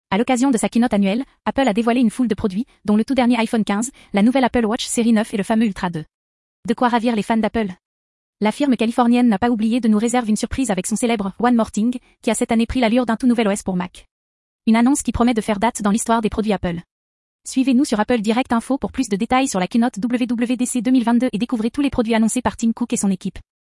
À l'occasion de sa keynote annuelle, Apple a dévoilé une foule de produits, dont le tout dernier iPhone 15, la nouvelle Apple Watch série 9 et le fameux Ultra 2. De quoi ravir les fans d'Apple. La firme californienne n'a pas oublié de nous réserver une surprise avec son célèbre One More Thing, qui a cette année pris l'allure d'un tout nouvel OS pour Mac. Une annonce qui promet de faire date dans l'histoire des produits Apple. Suivez-nous sur Apple Direct Info pour plus de détails sur la keynote WWDC 2022 et découvrez tous les produits annoncés par Tim Cook et son équipe.